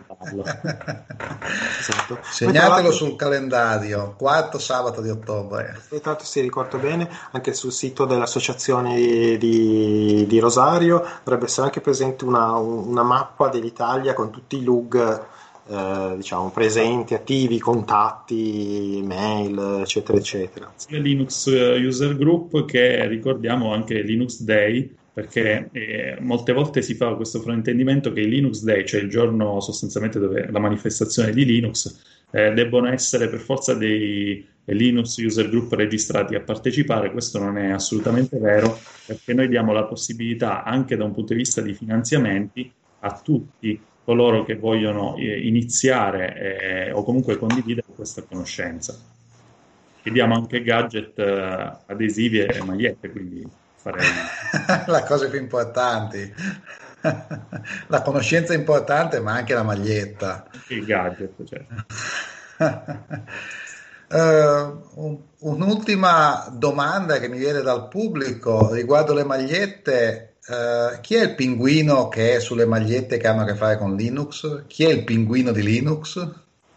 [SPEAKER 2] Esatto.
[SPEAKER 1] Segnatelo sul calendario, quarto sabato di ottobre.
[SPEAKER 2] E tra l'altro, se ricordo bene, anche sul sito dell'associazione di Rosario dovrebbe essere anche presente una mappa dell'Italia con tutti i LUG diciamo, presenti, attivi, contatti, mail, eccetera, eccetera.
[SPEAKER 3] Sia Linux User Group che ricordiamo anche Linux Day, perché molte volte si fa questo fraintendimento che il Linux Day, cioè il giorno sostanzialmente dove la manifestazione di Linux, debbono essere per forza dei Linux User Group registrati a partecipare. Questo non è assolutamente vero, perché noi diamo la possibilità anche da un punto di vista di finanziamenti a tutti coloro che vogliono iniziare o comunque condividere questa conoscenza. Chiediamo anche gadget, adesivi e magliette, quindi farei...
[SPEAKER 1] La cosa più importante. La conoscenza è importante, ma anche la maglietta.
[SPEAKER 3] Anche i gadget, certo.
[SPEAKER 1] Un'ultima domanda che mi viene dal pubblico riguardo le magliette. Chi è il pinguino che è sulle magliette che hanno a che fare con Linux? Chi è il pinguino di Linux?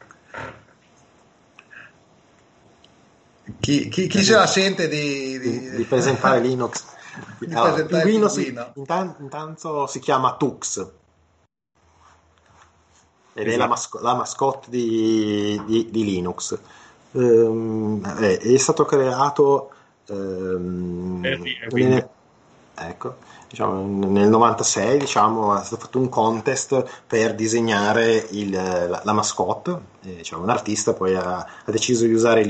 [SPEAKER 1] Chi se la sente
[SPEAKER 2] di presentare Linux? Allora, il pinguino intanto si chiama Tux ed è la mascotte di Linux. È stato creato ecco, diciamo, nel 96, diciamo, è stato fatto un contest per disegnare la mascotte. Diciamo, un artista poi ha deciso di usare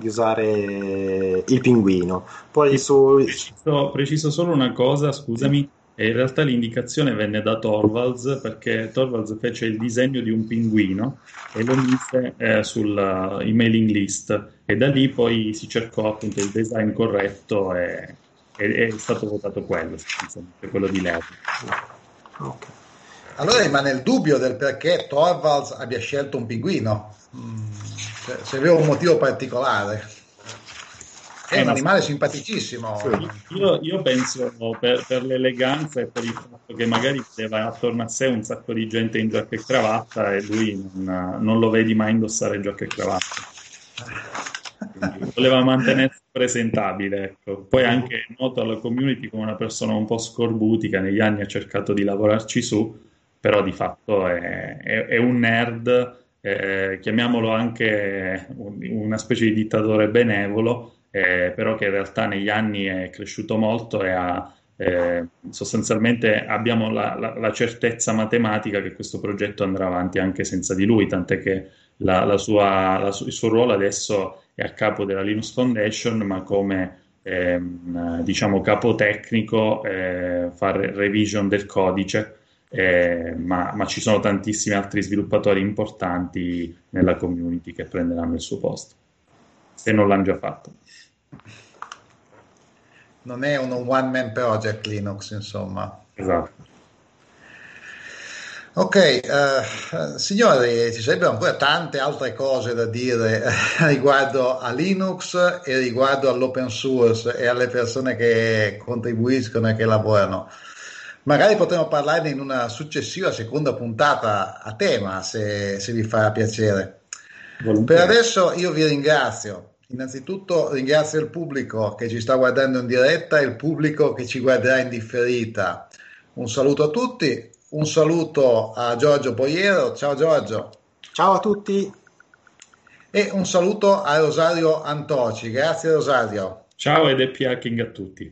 [SPEAKER 2] il pinguino. Poi
[SPEAKER 3] preciso solo una cosa, scusami. In realtà l'indicazione venne da Torvalds, perché Torvalds fece il disegno di un pinguino e lo mise sulla mailing list, e da lì poi si cercò appunto il design corretto e è stato votato quello di Leo.
[SPEAKER 1] Okay. Allora rimane il dubbio del perché Torvalds abbia scelto un pinguino, se aveva un motivo particolare. È un animale simpaticissimo.
[SPEAKER 3] Io penso per l'eleganza e per il fatto che magari aveva attorno a sé un sacco di gente in giacca e cravatta e lui non lo vedi mai indossare giacca e cravatta. Quindi voleva mantenersi presentabile, ecco. Poi anche noto alla community come una persona un po' scorbutica, negli anni ha cercato di lavorarci su, però di fatto è un nerd, chiamiamolo anche una specie di dittatore benevolo, però che in realtà negli anni è cresciuto molto e sostanzialmente abbiamo la certezza matematica che questo progetto andrà avanti anche senza di lui, tant'è che il suo ruolo adesso è a capo della Linux Foundation, ma come diciamo capo tecnico fa revision del codice, ma ci sono tantissimi altri sviluppatori importanti nella community che prenderanno il suo posto, se non l'hanno già fatto.
[SPEAKER 1] Non è un one man project Linux, insomma.
[SPEAKER 3] Esatto.
[SPEAKER 1] Ok, signori, ci sarebbero ancora tante altre cose da dire riguardo a Linux e riguardo all'open source e alle persone che contribuiscono e che lavorano. Magari potremo parlarne in una successiva seconda puntata a tema, se vi farà piacere. Per adesso io vi ringrazio. Innanzitutto ringrazio il pubblico che ci sta guardando in diretta e il pubblico che ci guarderà in differita. Un saluto a tutti. Un saluto a Giorgio Poiero, ciao Giorgio,
[SPEAKER 2] Ciao a tutti.
[SPEAKER 1] e un saluto a Rosario Antoci, grazie Rosario.
[SPEAKER 3] Ciao ed happy hacking a tutti.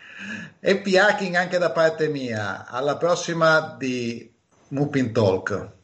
[SPEAKER 1] Happy hacking anche da parte mia, alla prossima di Mupin Talk.